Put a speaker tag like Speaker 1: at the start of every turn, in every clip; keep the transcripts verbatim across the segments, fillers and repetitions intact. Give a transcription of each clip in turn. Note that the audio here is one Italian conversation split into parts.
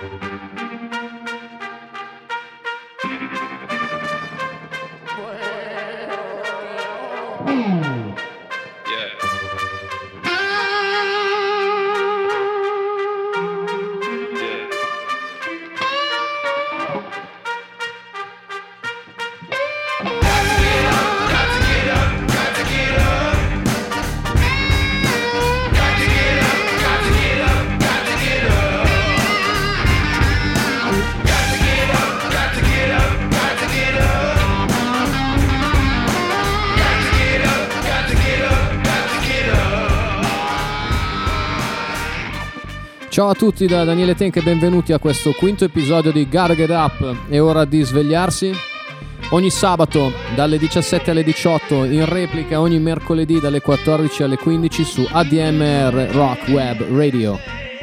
Speaker 1: Ciao a tutti da Daniele Tenk e benvenuti a questo quinto episodio di Gotta Get Up. È ora di svegliarsi. Ogni sabato dalle diciassette alle diciotto, in replica ogni mercoledì dalle quattordici alle quindici su A D M R Rock Web Radio.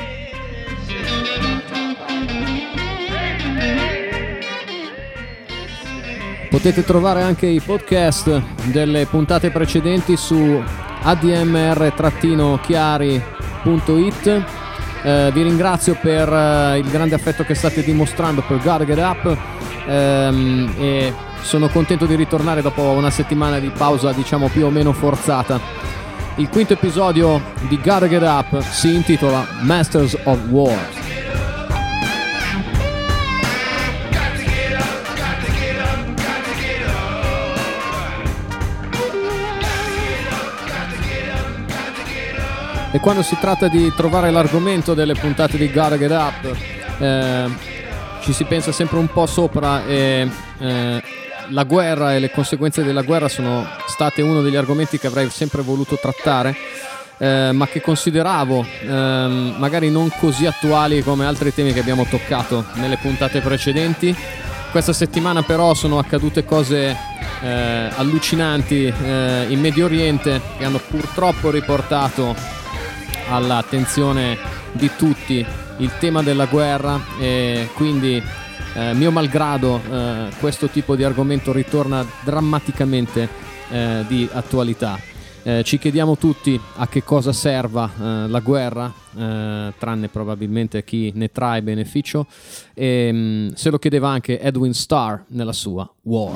Speaker 1: Potete trovare anche i podcast delle puntate precedenti su a d m r chiari punto i t. Uh, vi ringrazio per uh, il grande affetto che state dimostrando per Gotta Get Up, um, e sono contento di ritornare dopo una settimana di pausa, diciamo più o meno forzata. Il quinto episodio di Gotta Get Up si intitola Masters of War. E quando si tratta di trovare l'argomento delle puntate di Gotta Get Up, eh, ci si pensa sempre un po' sopra, e eh, la guerra e le conseguenze della guerra sono state uno degli argomenti che avrei sempre voluto trattare, eh, ma che consideravo eh, magari non così attuali come altri temi che abbiamo toccato nelle puntate precedenti. Questa settimana però sono accadute cose eh, allucinanti eh, in Medio Oriente che hanno purtroppo riportato all'attenzione di tutti il tema della guerra, e quindi eh, mio malgrado eh, questo tipo di argomento ritorna drammaticamente eh, di attualità. Eh, ci chiediamo tutti a che cosa serva eh, la guerra, eh, tranne probabilmente chi ne trae beneficio, e mh, se lo chiedeva anche Edwin Starr nella sua War.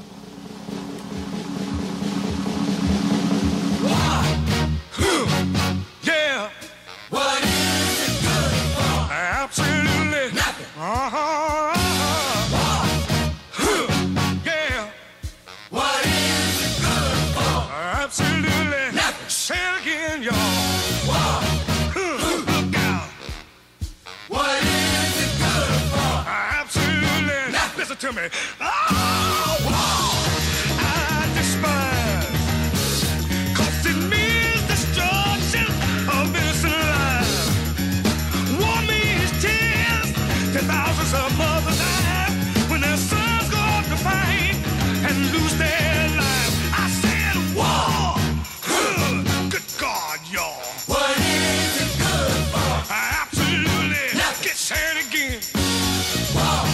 Speaker 2: To me, oh, wow, I despise, 'cause it means destruction of innocent lives. War means tears, ten thousands of mothers die when their sons go off to fight and lose their lives. I said war, huh, good God, y'all. What is it good for? Absolutely, get sad again. War.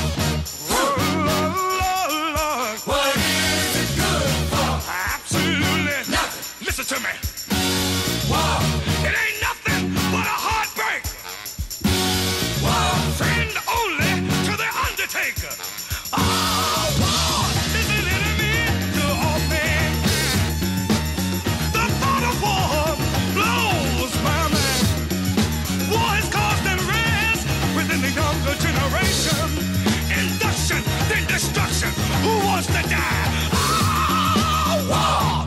Speaker 2: To me. Wow. It ain't nothing but a heartbreak. Wow. Friend only to the undertaker. Oh, war is an enemy to all things. The thought of war blows my mind. War has caused unrest within the younger generation. Induction, then destruction. Who wants to die? Oh, war.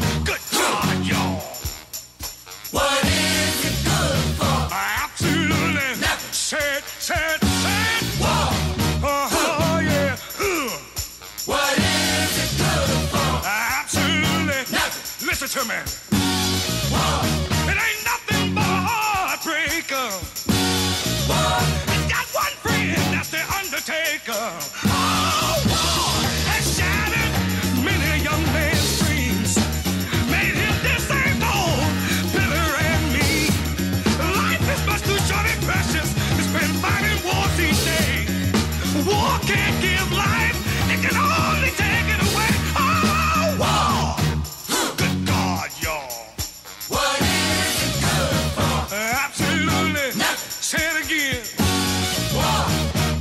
Speaker 2: What is it good for? Absolutely. Nothing. Sad, sad, sad. War. Oh, yeah. Ugh. What is it good for? Absolutely. Nothing. Listen to me. War. It ain't nothing but a heartbreaker. War. It's got one friend, that's the undertaker. Oh, war has shattered many young men's dreams. Made him disabled. Precious, it's been fighting wars each day. War can't give life, it can only take it away. Oh, war! Good God, y'all. What is it good for? Absolutely. Nothing. Say it again. War.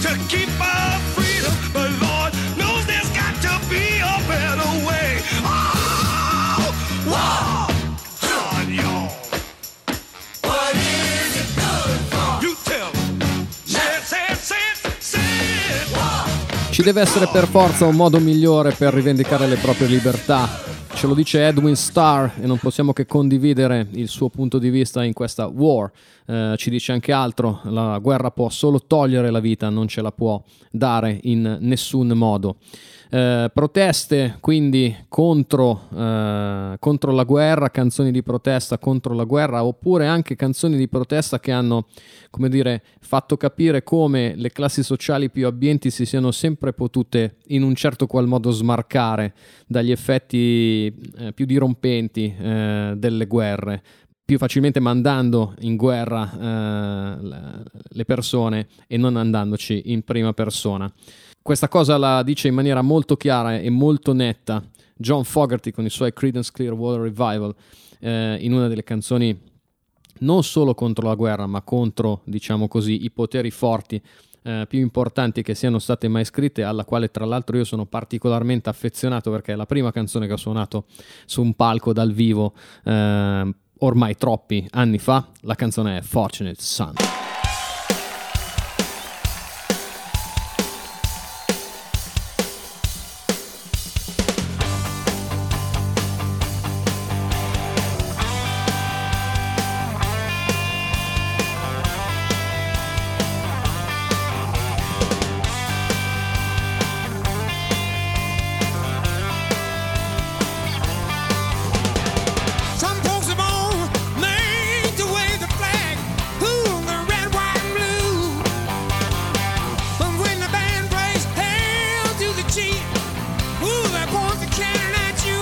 Speaker 2: to keep our freedom, but Lord knows there's got to be a better way. Oh, war on y'all. What is it good for? You tell me. Say, say, say, say. War.
Speaker 1: Ci deve essere per forza un modo migliore per rivendicare le proprie libertà. Ce lo dice Edwin Starr e non possiamo che condividere il suo punto di vista in questa War. Eh, ci dice anche altro: la guerra può solo togliere la vita, non ce la può dare in nessun modo. Eh, proteste quindi contro, eh, contro la guerra, canzoni di protesta contro la guerra, oppure anche canzoni di protesta che hanno, come dire, fatto capire come le classi sociali più abbienti si siano sempre potute in un certo qual modo smarcare dagli effetti eh, più dirompenti eh, delle guerre, più facilmente mandando in guerra eh, le persone e non andandoci in prima persona. Questa cosa la dice in maniera molto chiara e molto netta John Fogerty con i suoi Creedence Clearwater Revival eh, in una delle canzoni non solo contro la guerra, ma contro, diciamo così, i poteri forti eh, più importanti che siano state mai scritte, alla quale tra l'altro io sono particolarmente affezionato perché è la prima canzone che ho suonato su un palco dal vivo eh, ormai troppi anni fa. La canzone è Fortunate Son.
Speaker 2: Some folks have on made to wave the flag. Ooh, the red, white, and blue. But when the band plays hail to the chief, ooh, they point the cannon at you.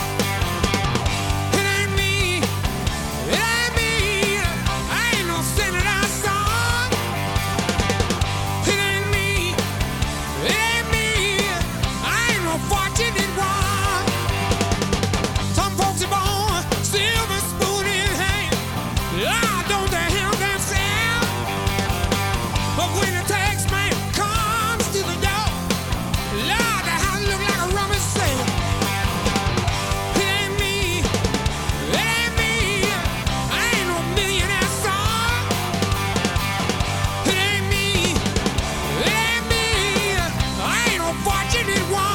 Speaker 2: It ain't me, it ain't me. I ain't no senator son. It ain't me, it ain't me. I ain't no fortunate one. Some folks are born silver spoon in hand. Ah, don't they help themselves? But when the tax man comes to the door, Lord, the house look like a rummy sale. It ain't me, it ain't me. I ain't no millionaire son. It ain't me, it ain't me. I ain't no fortunate one.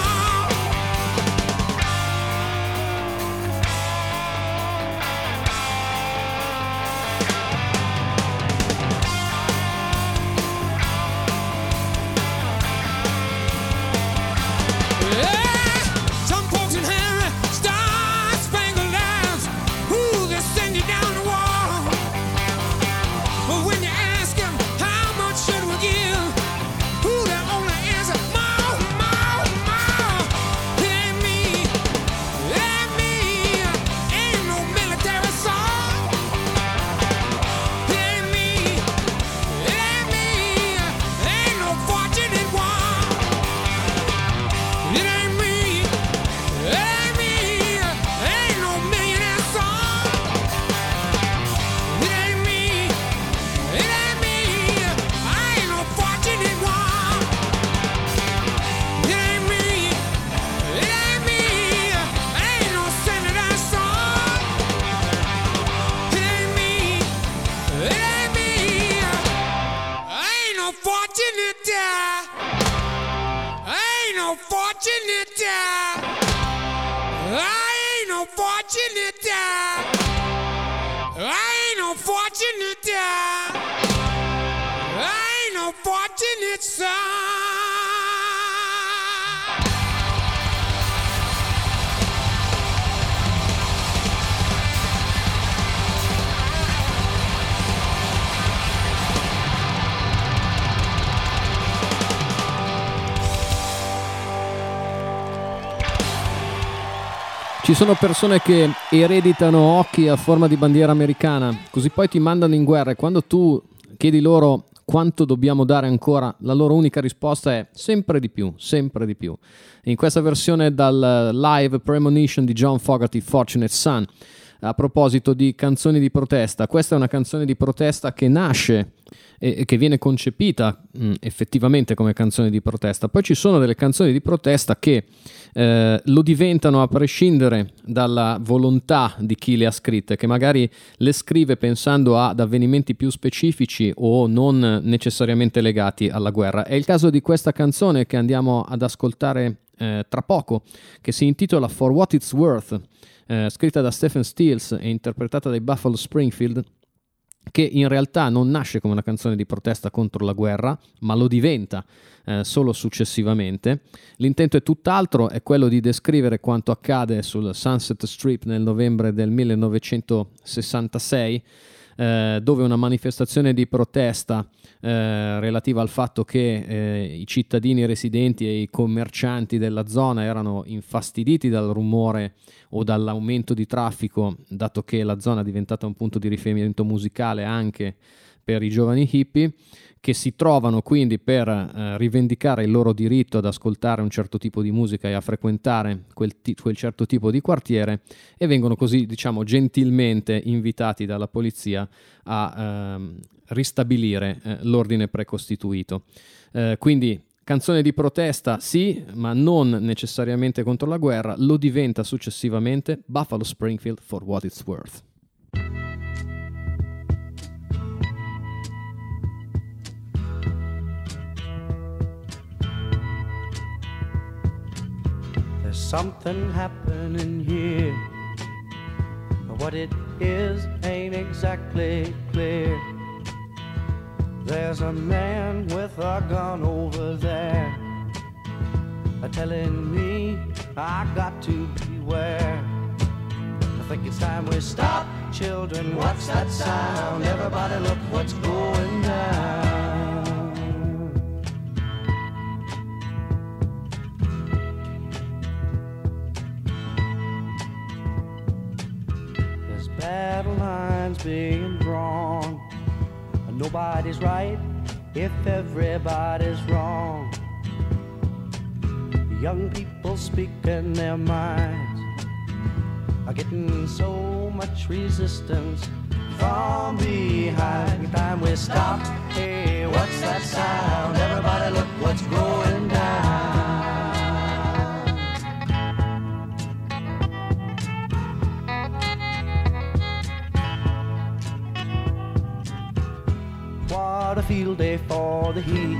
Speaker 2: Some folks in Harry Star-Spangled Lands, ooh, they send you down the wall. But when you ask them how much should we give, ooh, they only answer more, more, more. It ain't me, it ain't me. Ain't no military song. It ain't me, it ain't me. Ain't no fortunate one. It ain't me, it ain't me. Ain't no millionaire son. It ain't me, it ain't me. I ain't no fortunate one. It ain't me, it ain't me. Ain't no senator son. It ain't me, it ain't me. Ain't no fortunate guy. Ain't no fortunate guy. I ain't no fortunate guy. I ain't no fortunate guy. I ain't no fortunate son.
Speaker 1: Ci sono persone che ereditano occhi a forma di bandiera americana, così poi ti mandano in guerra, e quando tu chiedi loro quanto dobbiamo dare ancora, la loro unica risposta è sempre di più, sempre di più. In questa versione dal live Premonition di John Fogerty, Fortunate Son, a proposito di canzoni di protesta, questa è una canzone di protesta che nasce e, e che viene concepita mh, effettivamente come canzone di protesta. Poi ci sono delle canzoni di protesta che eh, lo diventano a prescindere dalla volontà di chi le ha scritte, che magari le scrive pensando ad avvenimenti più specifici o non necessariamente legati alla guerra. È il caso di questa canzone che andiamo ad ascoltare eh, tra poco, che si intitola For What It's Worth, eh, scritta da Stephen Stills e interpretata dai Buffalo Springfield, che in realtà non nasce come una canzone di protesta contro la guerra, ma lo diventa eh, solo successivamente. L'intento è tutt'altro, è quello di descrivere quanto accade sul Sunset Strip nel novembre del millenovecentosessantasei, eh, dove una manifestazione di protesta eh, relativa al fatto che eh, i cittadini residenti e i commercianti della zona erano infastiditi dal rumore o dall'aumento di traffico, dato che la zona è diventata un punto di riferimento musicale anche per i giovani hippie, che si trovano quindi per eh, rivendicare il loro diritto ad ascoltare un certo tipo di musica e a frequentare quel, ti- quel certo tipo di quartiere, e vengono così, diciamo, gentilmente invitati dalla polizia a ehm, ristabilire eh, l'ordine precostituito. Eh, quindi canzone di protesta sì, ma non necessariamente contro la guerra. Lo diventa successivamente Buffalo Springfield, For What It's Worth.
Speaker 3: There's something happening here, but what it is ain't exactly clear. There's a man with a gun over there, uh, telling me I got to beware. I think it's time we stop, children. What's that sound? Everybody look what's going down. There's battle lines being drawn. Nobody's right if everybody's wrong. Young people speaking their minds are getting so much resistance from behind. Time we stop. Hey, what's that sound? Everybody look what's going down. What a field day for the heat.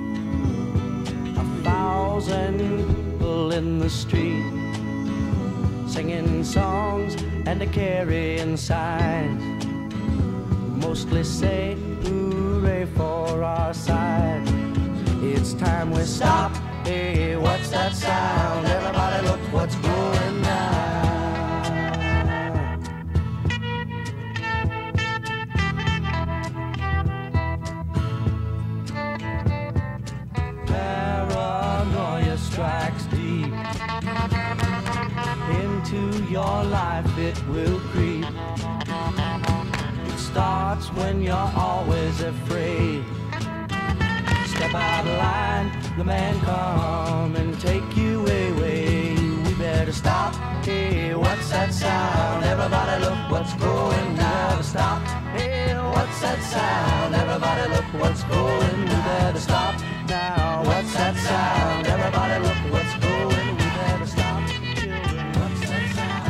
Speaker 3: A thousand people in the street, singing songs and a carrying signs, mostly say hooray for our side. It's time we stop. Hey, what's that sound? Everybody look what's going down. Strikes deep into your life, it will creep. It starts when you're always afraid. Step out of line, the man come and take you away. We better stop. Hey, what's that sound? Everybody look what's going down. Stop. Hey, what's that sound? Everybody look what's going. We better stop now. What's that sound? Everybody look what's going. We better stop. Children, what's that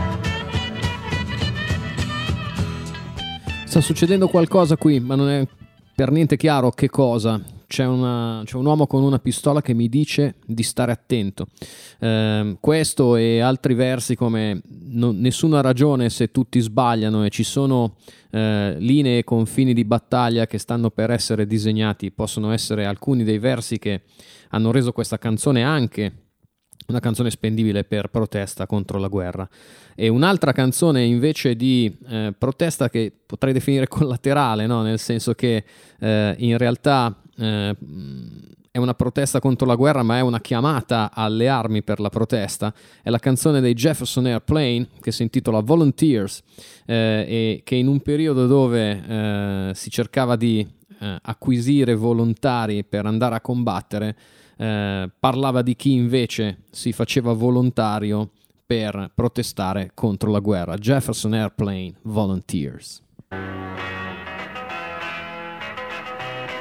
Speaker 3: sound?
Speaker 1: Sta succedendo qualcosa qui, ma non è per niente chiaro che cosa. C'è, una, c'è un uomo con una pistola che mi dice di stare attento. Eh, questo e altri versi come non, nessuna ragione se tutti sbagliano, e ci sono eh, linee e confini di battaglia che stanno per essere disegnati, possono essere alcuni dei versi che hanno reso questa canzone anche una canzone spendibile per protesta contro la guerra. E un'altra canzone invece di eh, protesta che potrei definire collaterale, no? Nel senso che eh, in realtà eh, è una protesta contro la guerra, ma è una chiamata alle armi per la protesta. È la canzone dei Jefferson Airplane, che si intitola Volunteers, eh, e che in un periodo dove eh, si cercava di eh, acquisire volontari per andare a combattere, eh, parlava di chi invece si faceva volontario per protestare contro la guerra. Jefferson Airplane, Volunteers.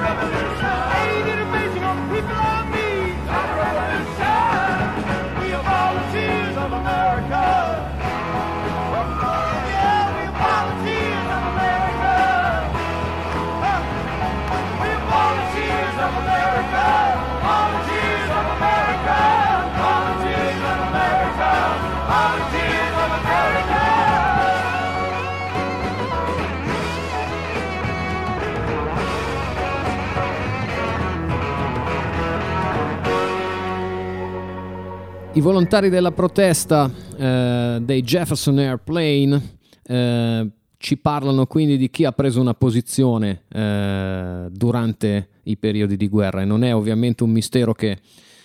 Speaker 1: I volontari della protesta eh, dei Jefferson Airplane eh, ci parlano quindi di chi ha preso una posizione eh, durante i periodi di guerra, e non è ovviamente un mistero che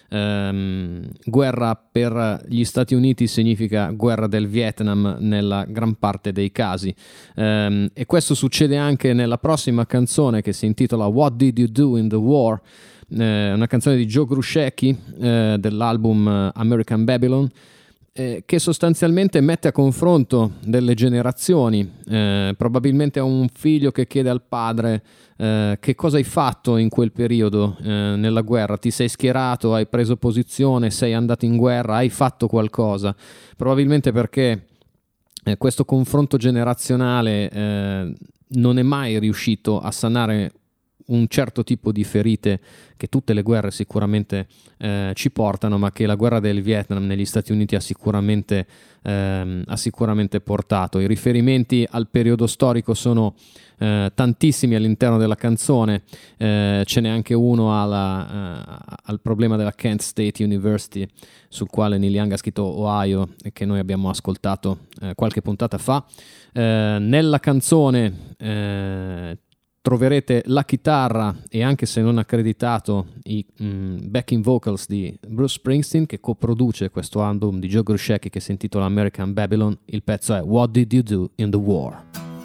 Speaker 1: ehm, guerra per gli Stati Uniti significa guerra del Vietnam nella gran parte dei casi, ehm, e questo succede anche nella prossima canzone, che si intitola What Did You Do in the War? Eh, una canzone di Joe Gruscecki eh, dell'album American Babylon, eh, che sostanzialmente mette a confronto delle generazioni. Eh, probabilmente è un figlio che chiede al padre eh, che cosa hai fatto in quel periodo eh, nella guerra, ti sei schierato, hai preso posizione, sei andato in guerra, hai fatto qualcosa. Probabilmente perché eh, questo confronto generazionale eh, non è mai riuscito a sanare un certo tipo di ferite che tutte le guerre sicuramente eh, ci portano, ma che la guerra del Vietnam negli Stati Uniti ha sicuramente, ehm, ha sicuramente portato. I riferimenti al periodo storico sono eh, tantissimi all'interno della canzone, eh, ce n'è anche uno alla, uh, al problema della Kent State University, sul quale Neil Young ha scritto Ohio, e che noi abbiamo ascoltato eh, qualche puntata fa. Eh, nella canzone eh, troverete la chitarra e, anche se non accreditato, i mm, backing vocals di Bruce Springsteen, che coproduce questo album di Joe Gruscecki che si intitola American Babylon. Il pezzo è What Did You Do in the War?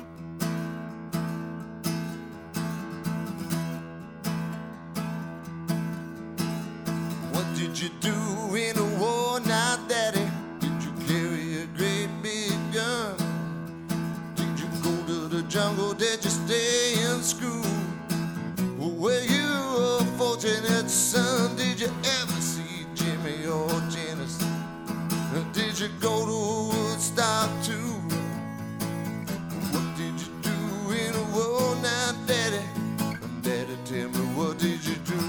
Speaker 4: What did you do in the war now, Daddy? Did you carry a great big gun? Did you go to the jungle? Did you stay in school? Were you a fortunate son? Did you ever see Jimmy or Janice? Did you go to Woodstock too? What did you do in the war now, Daddy? Daddy, tell me, what did you do?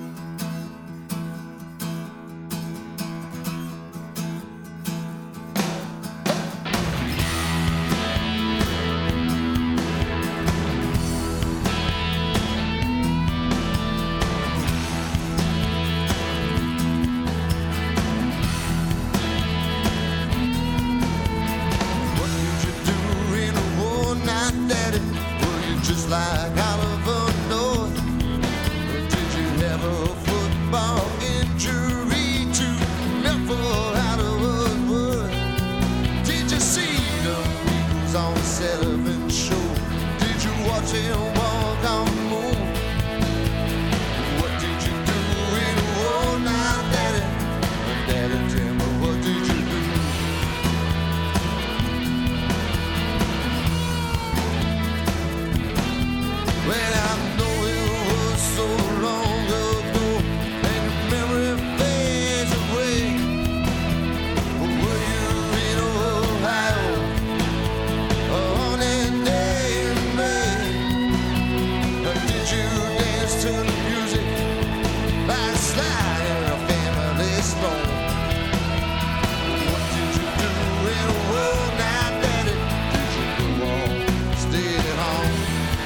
Speaker 4: Like Oliver North, did you have a football injury too? Never out of Woodward. Did you see the Beatles on Sullivan Show? Did you watch him walk on the moon? What did you do in the war now, Daddy? Daddy, tell me, what did you do? Well, I know it was so long ago, and the memory fades away. But were you in Ohio on that day in May? Or did you dance to the music like slide in a family stone? What did you do in the world now, Daddy? Did you go on, stay at home?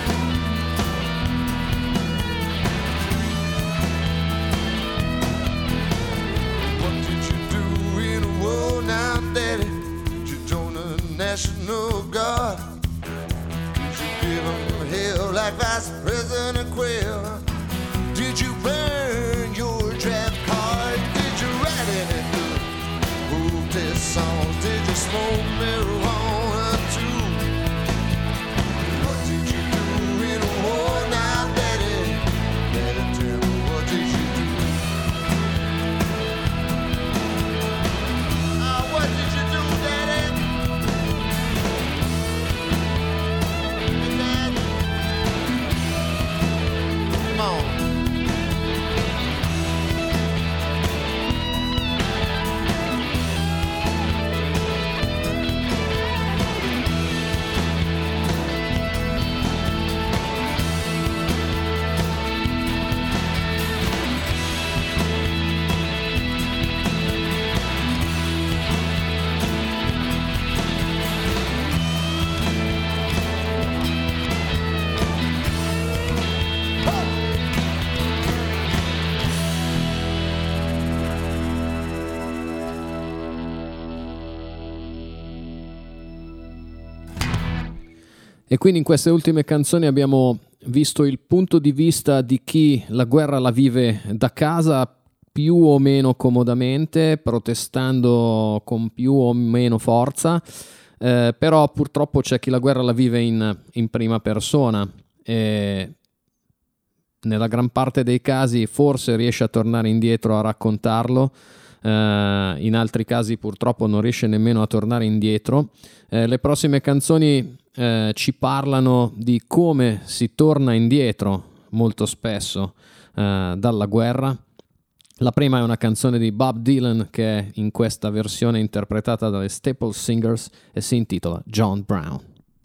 Speaker 4: National Guard. Did you give him hell like Vice President Quayle? Did you burn your draft card? Did you write any good protest songs? Did you smoke marijuana too? What did you do in the war now, Daddy? Daddy, tell me, what did you do? Ah, what did you do, Daddy? Come on.
Speaker 1: E quindi in queste ultime canzoni abbiamo visto il punto di vista di chi la guerra la vive da casa più o meno comodamente, protestando con più o meno forza, eh, però purtroppo c'è chi la guerra la vive in, in prima persona e nella gran parte dei casi forse riesce a tornare indietro a raccontarlo, eh, in altri casi purtroppo non riesce nemmeno a tornare indietro. Eh, le prossime canzoni eh, ci parlano di come si torna indietro molto spesso eh, dalla guerra. La prima è una canzone di Bob Dylan che è in questa versione interpretata dalle Staple Singers e si intitola John Brown.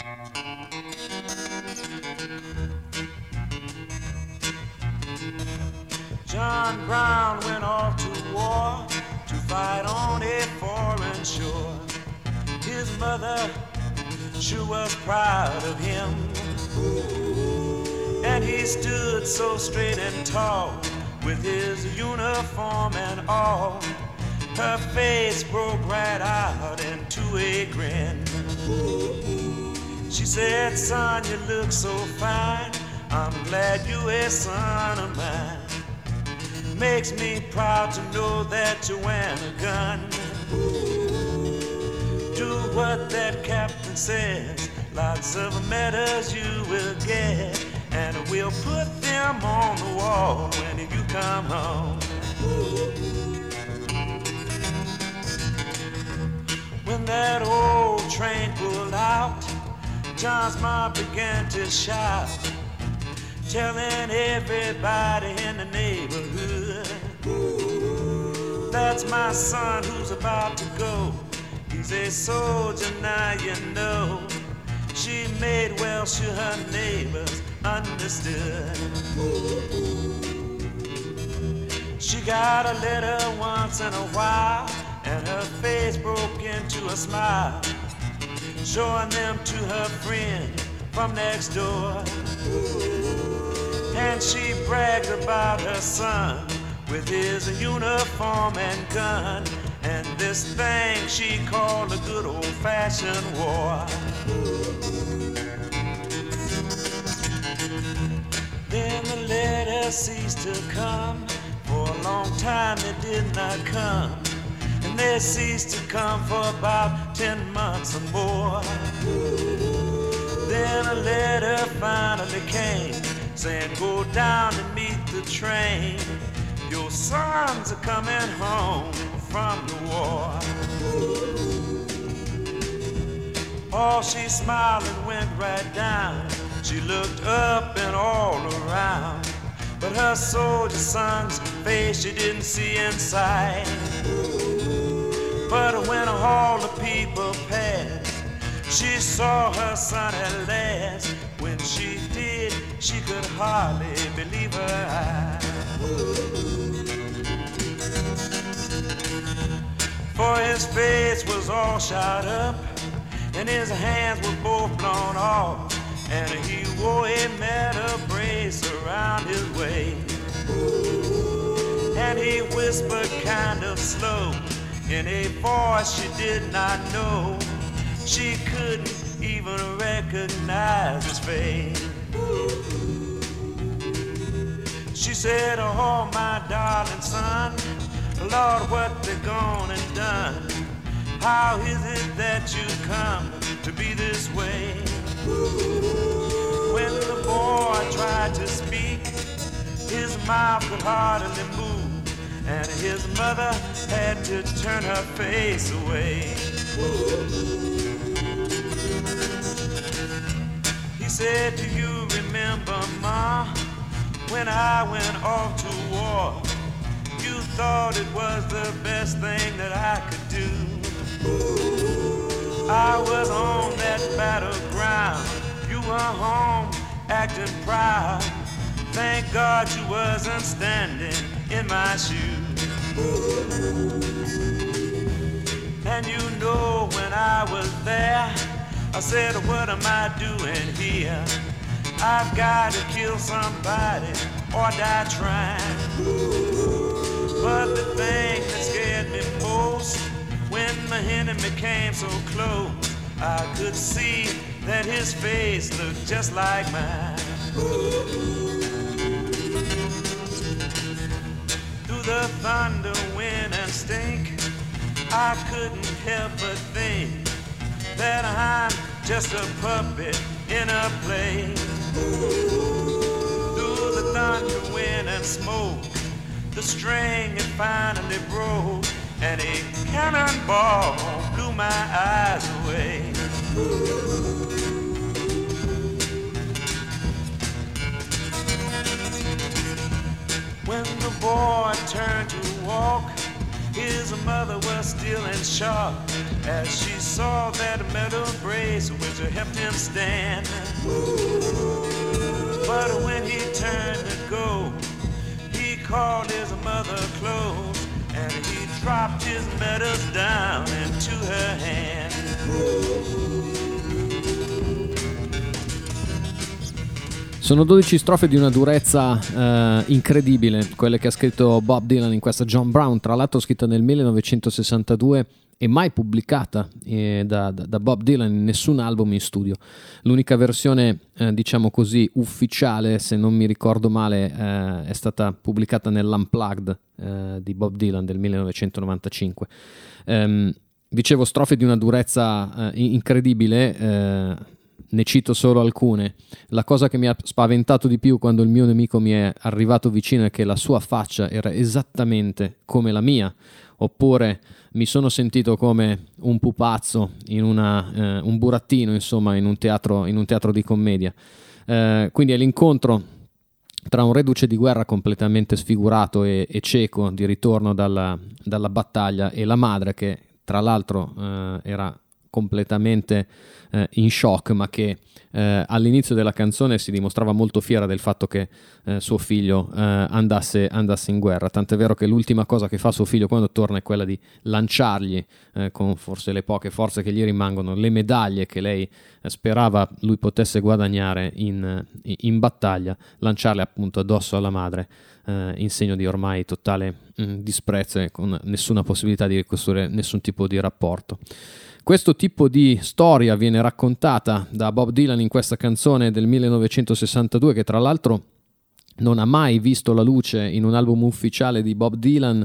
Speaker 3: John Brown went off to war to fight on a foreign shore. His mother sure was proud of him, and he stood so straight and tall with his uniform and all. Her face broke right out into a grin. She said, "Son, you look so fine. I'm glad you're a son of mine. Makes me proud to know that you wear a gun. Do what that captain says. Lots of medals you will get, and we'll put them on the wall when you come home." When that old train pulled out, John's mom began to shout, telling everybody in the neighborhood, "That's my son who's about to go. He's a soldier now, you know." She made well sure her neighbors understood. She got a letter once in a while, and her face broke into a smile, showing them to her friend from next door. And she bragged about her son with his uniform and gun, and this thing she called a good old-fashioned war. Then the letters ceased to come. For a long time they did not come, and they ceased to come for about ten months or more. Then a letter finally came, saying, "Go down and meet the train. Your sons are coming home from the war." Oh, she smiled and went right down. She looked up and all around, but her soldier son's face she didn't see inside. But when all the people passed, she saw her son at last. When she did, she could hardly believe her eyes. For his face was all shot up, and his hands were both blown off, and he wore a metal brace around his waist. And he whispered kind of slow in a voice she did not know. She couldn't even recognize his face. She said, "Oh, my darling son, Lord, what they gone and done? How is it that you come to be this way?" When the boy tried to speak, his mouth could hardly move, and his mother had to turn her face away. He said, "Do you remember, Ma, when I went off to war? You thought it was the best thing that I could do. I was on that battleground. You were home acting proud. Thank God you wasn't standing in my shoes. And you know when I was there, I said, what am I doing here? I've got to kill somebody or die trying. But the thing that scared me most, when my enemy came so close, I could see that his face looked just like mine. Through the thunder, wind, and stink, I couldn't help but think that I'm just a puppet in a play. Through the thunder, wind, and smoke, the string it finally broke, and a cannonball blew my eyes away. When the boy turned to walk, his mother was still in shock as she saw that metal brace which helped him stand. But when he turned to go, he called his mother close, and he dropped his medals down into her hand.
Speaker 1: Sono dodici strofe di una durezza eh, incredibile, quelle che ha scritto Bob Dylan in questa John Brown, tra l'altro scritta nel millenovecentosessantadue e mai pubblicata eh, da, da Bob Dylan in nessun album in studio. L'unica versione, eh, diciamo così, ufficiale, se non mi ricordo male, eh, è stata pubblicata nell'Unplugged eh, di Bob Dylan del millenovecentonovantacinque. Um, dicevo, strofe di una durezza eh, incredibile, eh, ne cito solo alcune. La cosa che mi ha spaventato di più quando il mio nemico mi è arrivato vicino è che la sua faccia era esattamente come la mia, oppure mi sono sentito come un pupazzo in una, eh, un burattino, insomma, in un teatro, in un teatro di commedia. Eh, quindi è l'incontro tra un reduce di guerra completamente sfigurato e, e cieco di ritorno dalla, dalla battaglia e la madre che tra l'altro eh, era completamente eh, in shock, ma che eh, all'inizio della canzone si dimostrava molto fiera del fatto che eh, suo figlio eh, andasse, andasse in guerra, tant'è vero che l'ultima cosa che fa suo figlio quando torna è quella di lanciargli eh, con forse le poche forze che gli rimangono le medaglie che lei eh, sperava lui potesse guadagnare in, in battaglia, lanciarle appunto addosso alla madre eh, in segno di ormai totale mh, disprezzo e con nessuna possibilità di ricostruire nessun tipo di rapporto. Questo tipo di storia viene raccontata da Bob Dylan in questa canzone del millenovecentosessantadue, che tra l'altro non ha mai visto la luce in un album ufficiale di Bob Dylan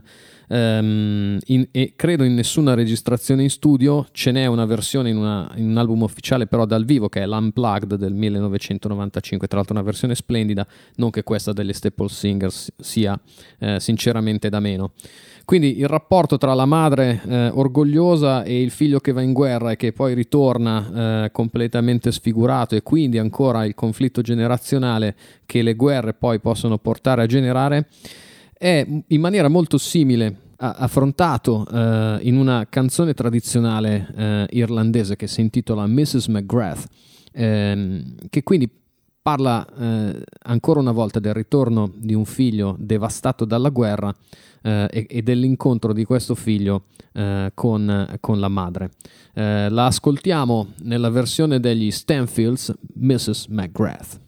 Speaker 1: ehm, in, e credo in nessuna registrazione in studio. Ce n'è una versione in, una, in un album ufficiale però dal vivo, che è l'Unplugged del millenovecentonovantacinque, tra l'altro una versione splendida, non che questa delle Staple Singers sia eh, sinceramente da meno. Quindi il rapporto tra la madre eh, orgogliosa e il figlio che va in guerra e che poi ritorna eh, completamente sfigurato, e quindi ancora il conflitto generazionale che le guerre poi possono portare a generare, è in maniera molto simile a- affrontato eh, in una canzone tradizionale eh, irlandese che si intitola missus McGrath, ehm, che quindi parla eh, ancora una volta del ritorno di un figlio devastato dalla guerra eh, e, e dell'incontro di questo figlio eh, con, con la madre. Eh, la ascoltiamo nella versione degli Stanfields, missus McGrath.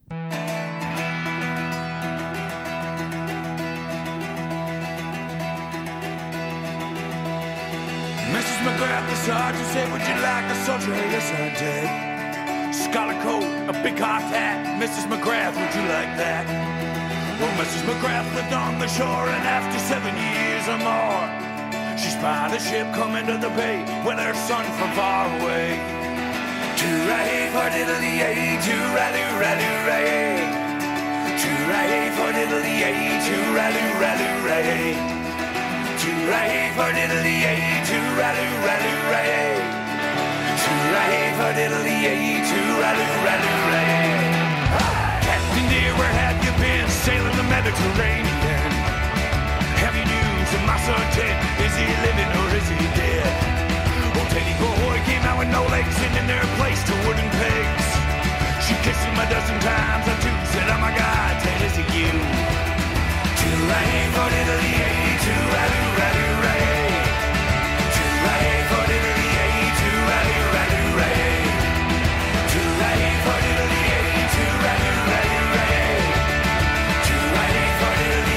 Speaker 2: missus McGrath, the sergeant said, would you like a soldier? Yes, I did. Scarlet coat, a big hard hat. missus McGrath, would you like that? Well, missus McGrath lived on the shore, and after seven years or more, she spied a ship coming to the bay with her son from far away. Toorah-hey for diddly-ay, toorah-doo-rah-doo-ray. Toorah-hey for diddly-ay, toorah-doo-rah-doo-ray. Toorah-hey for diddly-ay, toorah-doo-rah-doo-ray. Toorah-hey for diddly-ay, toorah-doo-rah-doo-ray. Captain dear, where have you been sailing the Mediterranean? Have you news of my son Ted? Is he living or is he dead? Old Teddy boy came out with no legs and in their place to wooden pegs. She kissed him a dozen times or two, said, oh my God, Ted, is it you? Toorah-hey for diddly-ay, toorah-doo-rah-doo-ray. Toorah-hey for diddly-ay, toorah-doo-rah-doo-ray. Toorah-hey for diddly-ay, toorah-doo-rah-doo-ray. Toorah-hey for diddly-ay.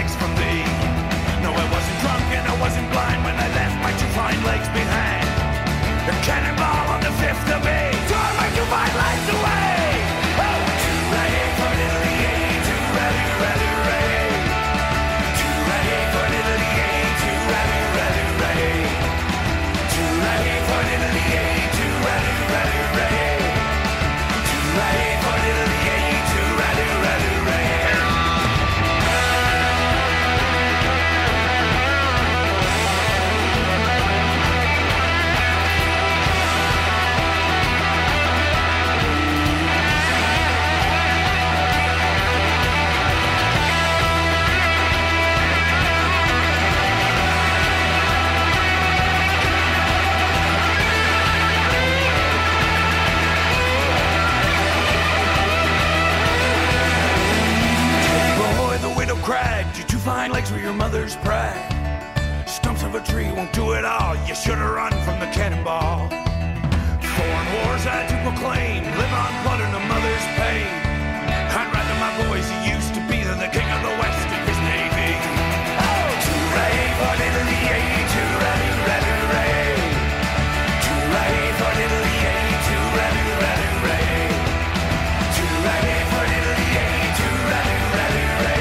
Speaker 2: legs from thee. No, I wasn't drunk and I wasn't blind when I left my two fine legs behind. A cannonball on the fifth of May tore my two fine legs away. Oh, two-ray for Italy, two-ray, ray, ray. Two-ray for Italy, two-ray, ray, ray. Two-ray for Italy, two-ray, ray, ray. Two-ray for Italy, two-ray, ray, ray. Cried, your two fine legs were your mother's pride. Stumps of a tree won't do it all. You should have run from the cannonball. Foreign wars I had to proclaim. Live on blood and a mother's pain. I'd rather my boys who used to be than the king of the West and his navy. Oh, two-ray for Italy, two-ray, ray, ray. Two-ray for Italy, two-ray, ray, ray. Two-ray for Italy, two-ray, ray, ray.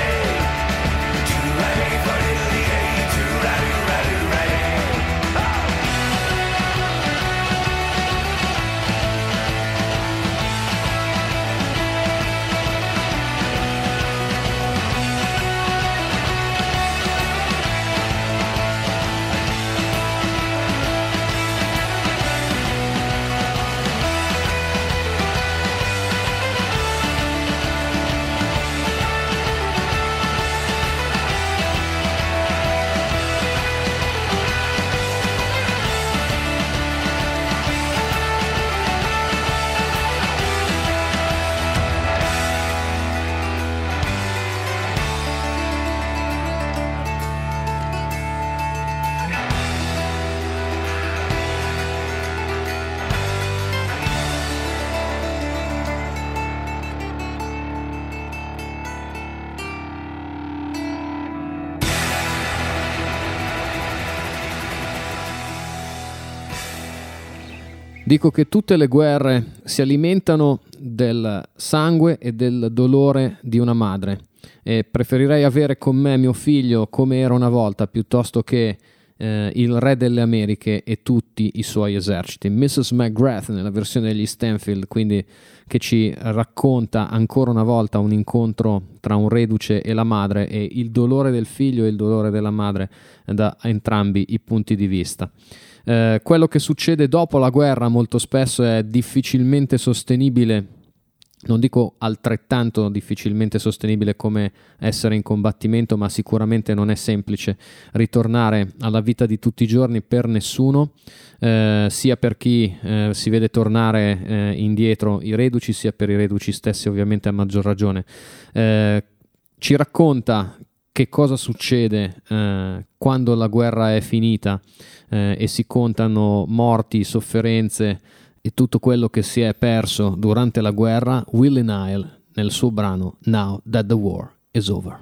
Speaker 1: Dico che tutte le guerre si alimentano del sangue e del dolore di una madre e preferirei avere con me mio figlio come era una volta piuttosto che eh, il re delle Americhe e tutti i suoi eserciti. missus McGrath nella versione degli Stanfield, quindi, che ci racconta ancora una volta un incontro tra un reduce e la madre e il dolore del figlio e il dolore della madre da entrambi i punti di vista. Eh, quello che succede dopo la guerra molto spesso è difficilmente sostenibile, non dico altrettanto difficilmente sostenibile come essere in combattimento, ma sicuramente non è semplice ritornare alla vita di tutti i giorni per nessuno, eh, sia per chi eh, si vede tornare eh, indietro i reduci, sia per i reduci stessi ovviamente a maggior ragione. Eh, ci racconta che cosa succede eh, quando la guerra è finita eh, e si contano morti, sofferenze e tutto quello che si è perso durante la guerra. Willie Nile nel suo brano Now That the War is Over.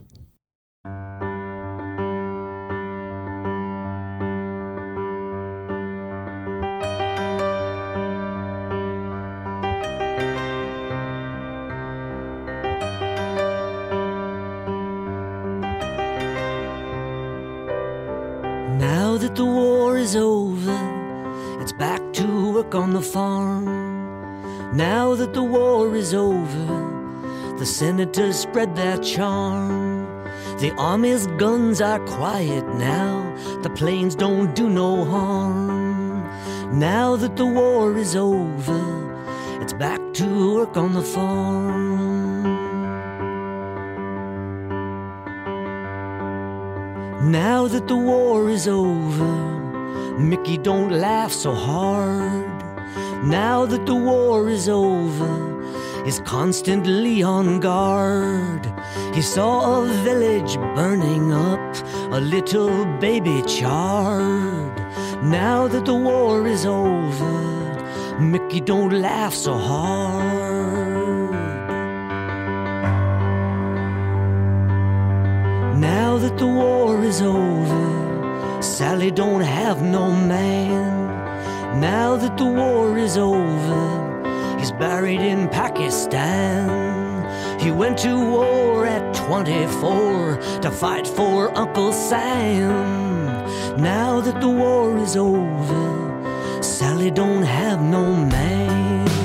Speaker 5: Now that the war is over, it's back to work on the farm. Now that the war is over, the senators spread their charm. The army's guns are quiet now, the planes don't do no harm. Now that the war is over, it's back to work on the farm. Now that the war is over, Mickey, don't laugh so hard. Now that the war is over, he's constantly on guard. He saw a village burning up, a little baby charred. Now that the war is over, Mickey, don't laugh so hard. Now that the war is over, Sally don't have no man. Now that the war is over, he's buried in Pakistan. He went to war at twenty-four to fight for Uncle Sam. Now that the war is over, Sally don't have no man.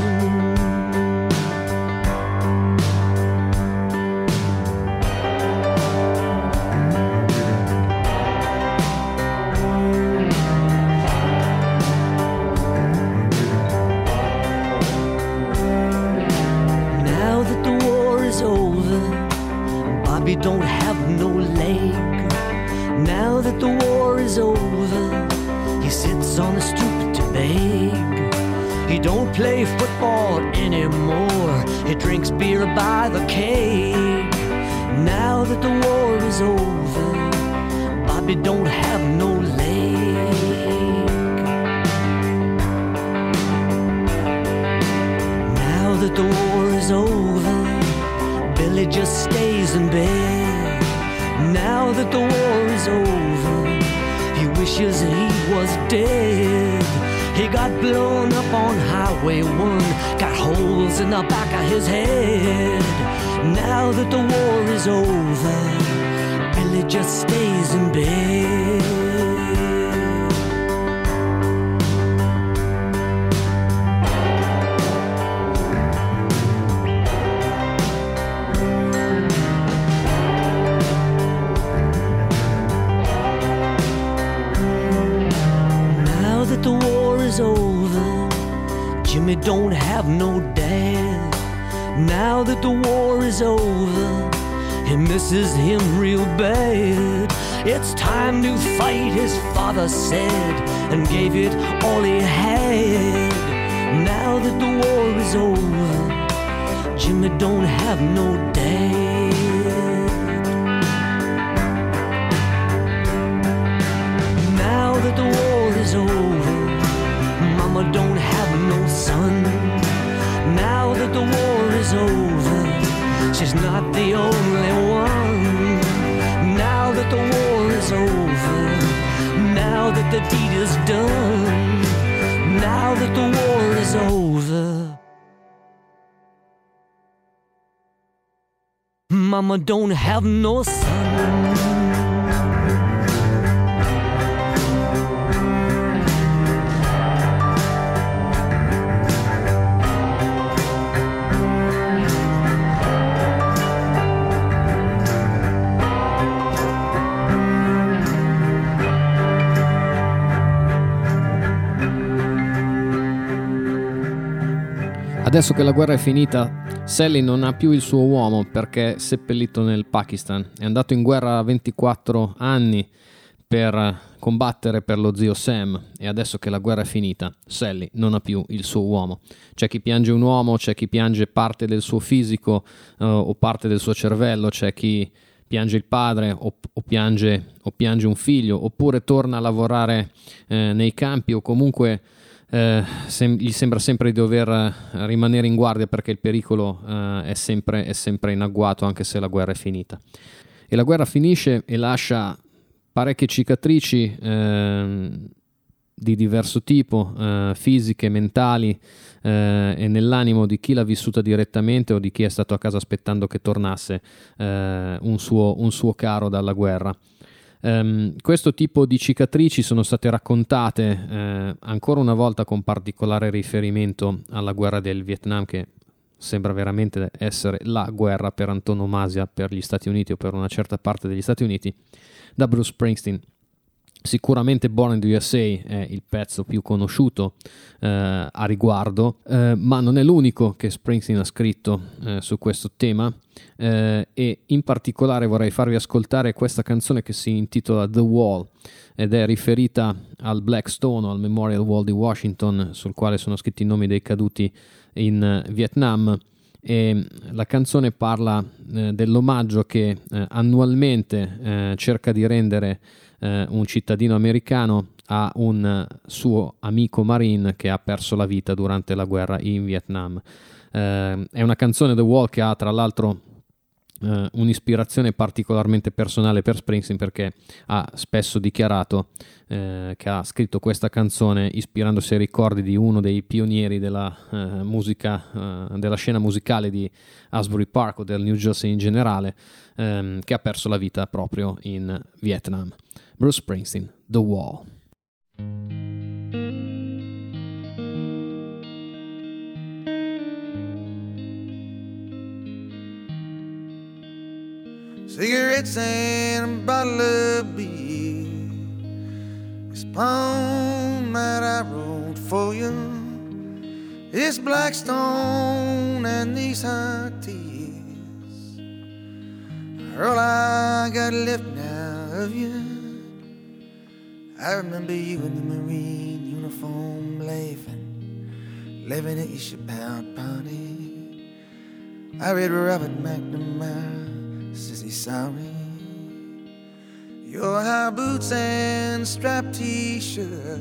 Speaker 5: Bobby don't have no leg. Now that the war is over, he sits on the stoop to beg. He don't play football anymore, he drinks beer by the keg. Now that the war is over, Bobby don't have no leg. Now that the war is over, Billy just stays in bed. Now that the war is over, he wishes he was dead. He got blown up on Highway one, got holes in the back of his head. Now that the war is over, Billy just stays in bed. Over, Jimmy don't have no dad. Now that the war is over, he misses him real bad. It's time to fight, his father said, and gave it all he had. Now that the war is over, Jimmy don't have no dad. Now that the war is over, Mama don't have no son. Now that the war is over, she's not the only one. Now that the war is over, now that the deed is done, now that the war is over, Mama don't have no son.
Speaker 1: Adesso che la guerra è finita, Sally non ha più il suo uomo perché è seppellito nel Pakistan. È andato in guerra a ventiquattro anni per combattere per lo zio Sam, e adesso che la guerra è finita, Sally non ha più il suo uomo. C'è chi piange un uomo, c'è chi piange parte del suo fisico uh, o parte del suo cervello, c'è chi piange il padre o, o, piange, o piange un figlio, oppure torna a lavorare eh, nei campi, o comunque Eh, sem- gli sembra sempre di dover uh, rimanere in guardia perché il pericolo uh, è, sempre, è sempre in agguato, anche se la guerra è finita. E la guerra finisce e lascia parecchie cicatrici uh, di diverso tipo, uh, fisiche, mentali, uh, e nell'animo di chi l'ha vissuta direttamente o di chi è stato a casa aspettando che tornasse uh, un, suo, un suo caro dalla guerra. Um, questo tipo di cicatrici sono state raccontate eh, ancora una volta con particolare riferimento alla guerra del Vietnam, che sembra veramente essere la guerra per antonomasia per gli Stati Uniti, o per una certa parte degli Stati Uniti, da Bruce Springsteen. Sicuramente Born in the U S A è il pezzo più conosciuto eh, a riguardo, eh, ma non è l'unico che Springsteen ha scritto eh, su questo tema, eh, e in particolare vorrei farvi ascoltare questa canzone che si intitola The Wall ed è riferita al Black Stone o al Memorial Wall di Washington, sul quale sono scritti i nomi dei caduti in Vietnam. E la canzone parla eh, dell'omaggio che eh, annualmente eh, cerca di rendere eh, un cittadino americano a un suo amico marine che ha perso la vita durante la guerra in Vietnam. Eh, è una canzone, The Wall, che ha tra l'altro eh, un'ispirazione particolarmente personale per Springsteen, perché ha spesso dichiarato eh, che ha scritto questa canzone ispirandosi ai ricordi di uno dei pionieri della eh, musica, eh, della scena musicale di Asbury Park o del New Jersey in generale, ehm, che ha perso la vita proprio in Vietnam. Bruce Springsteen, The Wall.
Speaker 4: Cigarettes and a bottle of beer. This poem that I wrote for you. This Blackstone and these hot tears are all I got left now of you. I remember you in the Marine uniform laughing, laughing at your ship out party. I read Robert McNamara, says he's sorry. Your high boots and striped t-shirt.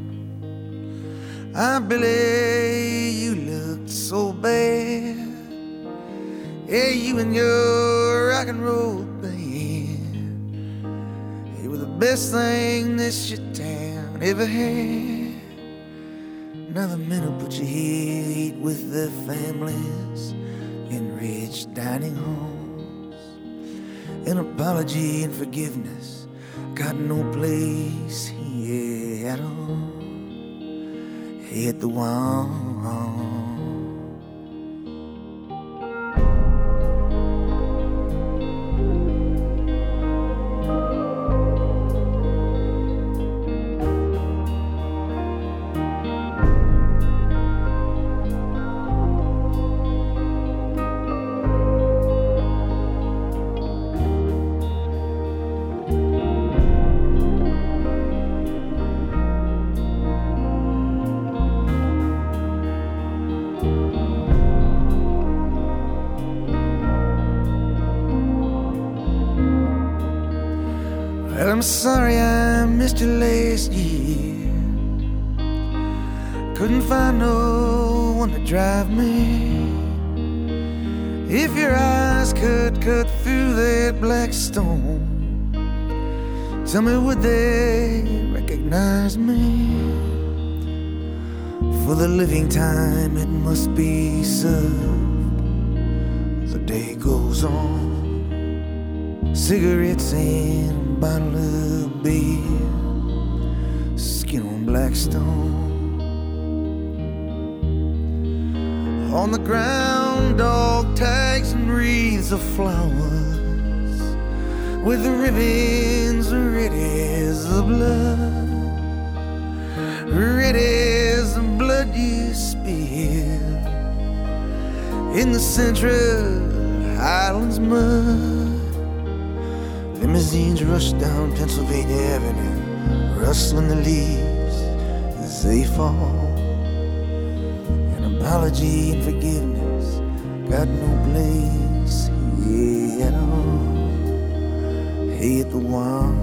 Speaker 4: Ah, Billy, you looked so bad. Yeah, you and your rock and roll band. You were the best thing this shit town ever had. Another minute put you here, eat with the families in rich dining halls. An apology and forgiveness got no place here at all. Hit the wall. I'm sorry I missed you last year. Couldn't find no one to drive me. If your eyes could cut through that black stone, tell me, would they recognize me? For the living time it must be served. The day goes on. Cigarettes and a bottle of beer, skin on Blackstone. On the ground, dog tags and wreaths of flowers, with the ribbons red as the blood, red as the blood you spilled in the Central Highlands mud. Limousines rush down Pennsylvania Avenue, rustling the leaves as they fall. An apology and forgiveness got no place here at all. Hit the wall.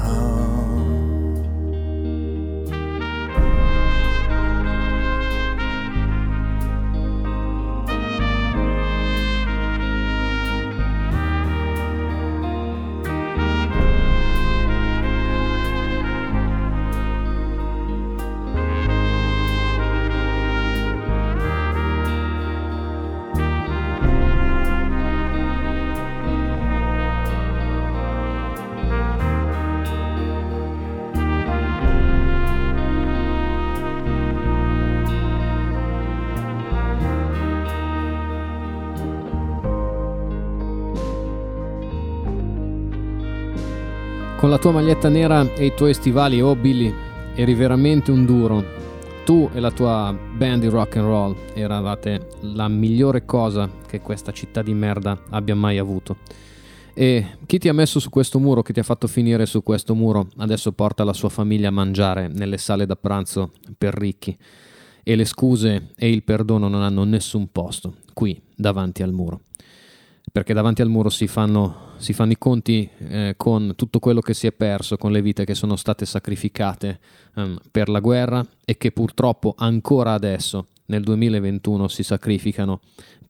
Speaker 1: Con la tua maglietta nera e i tuoi stivali, oh Billy, eri veramente un duro. Tu e la tua band di rock and roll eravate la migliore cosa che questa città di merda abbia mai avuto. E chi ti ha messo su questo muro, chi ti ha fatto finire su questo muro, adesso porta la sua famiglia a mangiare nelle sale da pranzo per ricchi. E le scuse e il perdono non hanno nessun posto qui davanti al muro. Perché davanti al muro si fanno, si fanno i conti eh, con tutto quello che si è perso, con le vite che sono state sacrificate um, per la guerra e che purtroppo ancora adesso, nel duemilaventuno, si sacrificano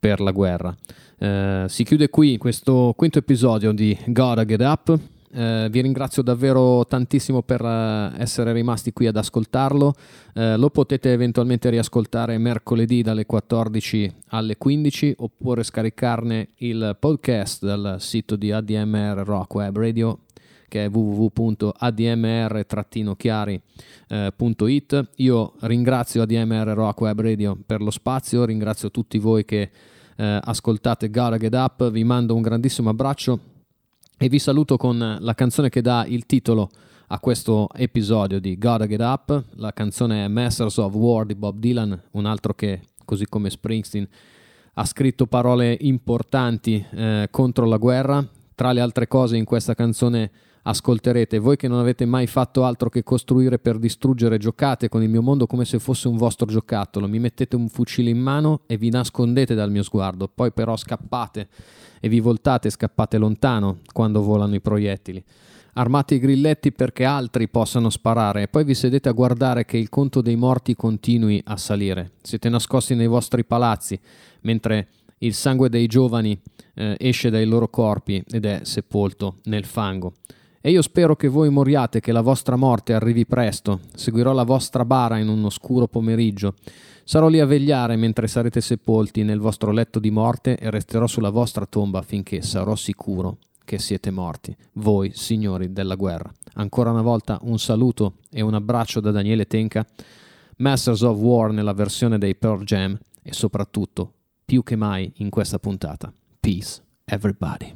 Speaker 1: per la guerra. Eh, si chiude qui questo quinto episodio di Gotta Get Up. Eh, vi ringrazio davvero tantissimo per uh, essere rimasti qui ad ascoltarlo. Eh, lo potete eventualmente riascoltare mercoledì dalle quattordici alle quindici, oppure scaricarne il podcast dal sito di A D M R Rock Web Radio, che è w w w punto a d m r chiari punto i t. Io ringrazio A D M R Rock Web Radio per lo spazio, ringrazio tutti voi che eh, ascoltate Gotta Get Up, vi mando un grandissimo abbraccio e vi saluto con la canzone che dà il titolo a questo episodio di Gotta Get Up. La canzone è Masters of War di Bob Dylan, un altro che, così come Springsteen, ha scritto parole importanti eh, contro la guerra. Tra le altre cose, in questa canzone ascolterete: voi che non avete mai fatto altro che costruire per distruggere, giocate con il mio mondo come se fosse un vostro giocattolo, mi mettete un fucile in mano e vi nascondete dal mio sguardo, poi però scappate e vi voltate e scappate lontano quando volano i proiettili. Armate i grilletti perché altri possano sparare e poi vi sedete a guardare che il conto dei morti continui a salire. Siete nascosti nei vostri palazzi mentre il sangue dei giovani eh, esce dai loro corpi ed è sepolto nel fango. E io spero che voi moriate, che la vostra morte arrivi presto. Seguirò la vostra bara in un oscuro pomeriggio. Sarò lì a vegliare mentre sarete sepolti nel vostro letto di morte e resterò sulla vostra tomba finché sarò sicuro che siete morti, voi signori della guerra. Ancora una volta un saluto e un abbraccio da Daniele Tenca, Masters of War nella versione dei Pearl Jam e soprattutto, più che mai in questa puntata, peace everybody.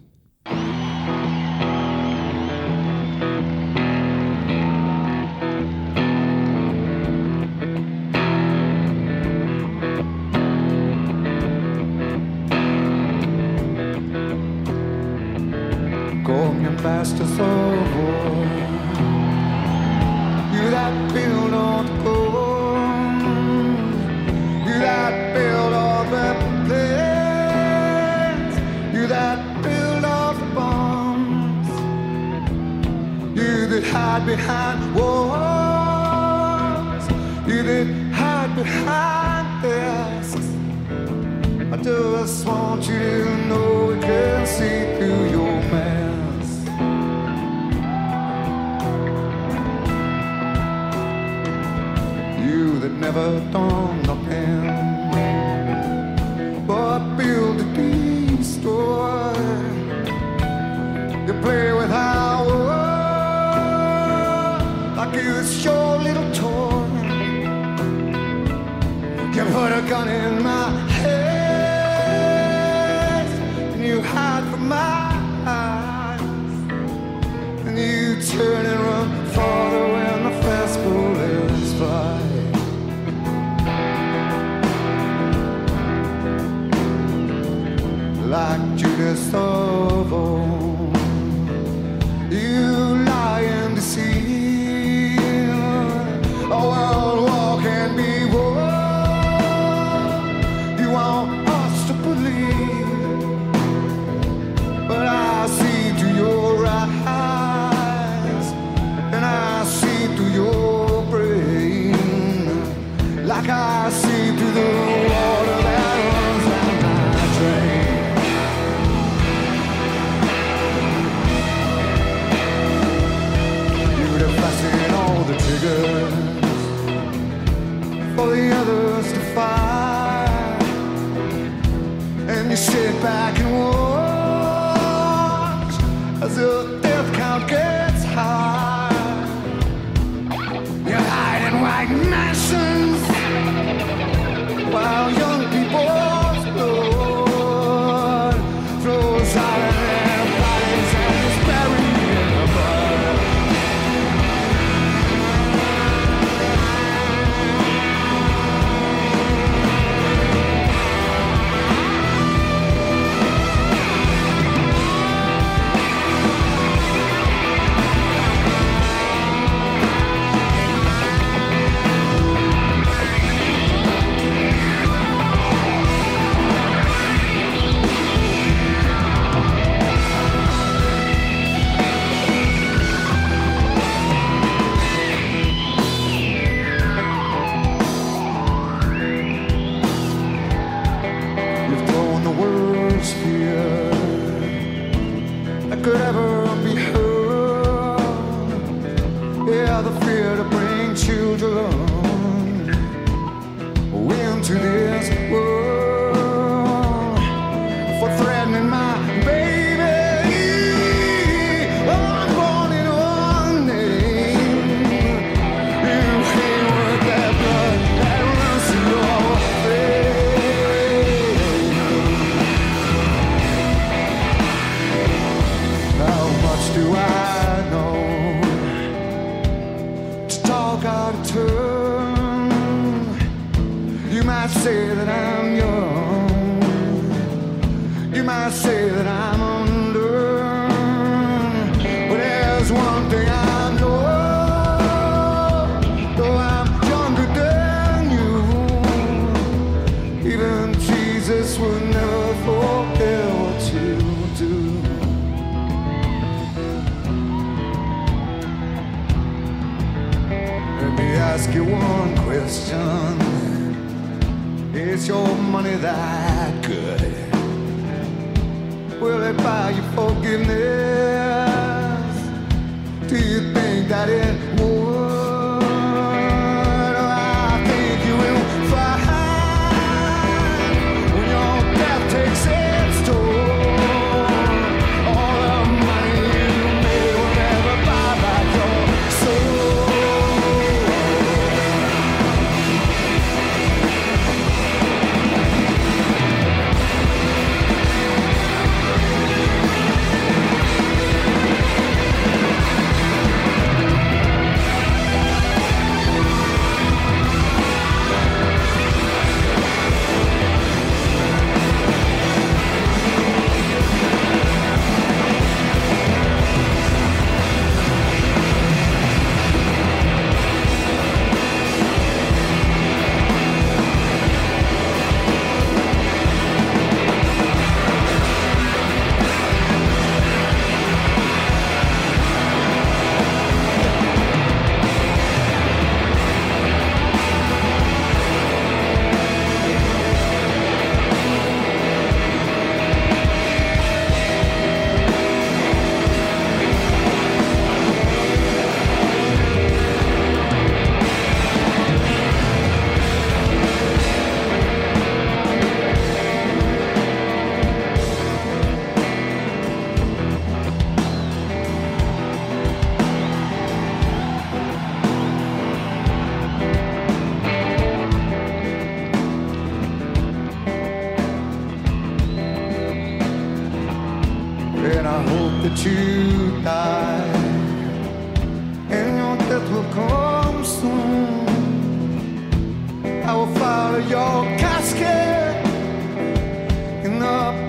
Speaker 4: Come masters of war, you that build on gold, you that build all the planes, you that build all the bombs, you that hide behind walls, you that hide behind desks. I just want you to know we can see through your mask. You that never done nothing but build and destroy. You play with our world like it's your little toy. You put a gun in my head and you hide from my eyes, and you turn and run farther when the fast bullets fly. Like Judas of old, you lie and deceive. A world war can be war. You want us to believe, but I see through your eyes, and I see through your brain, like I see through the water that runs down my drain. Fasten all the triggers for the others to fire, and you sit back and watch as the death count gets high. You hide in white mansions while young people's blood flows out of their bodies and is buried in the mud. this world for threatening my baby. I'm born in one name. You can't work that blood that runs through your veins. How much do I know to talk out of turn? You might say that I'm young. You might say that I'm unlearned. But there's one thing I know. Though I'm younger than you, even Jesus would never forget what you do. Let me ask you one question. Is your money that good? Will it buy you forgiveness? Do you think that it would? I think you will find when your death takes its toll, all the money you made will never buy back your soul. And I hope that you die and your death will come soon. I will follow your casket in the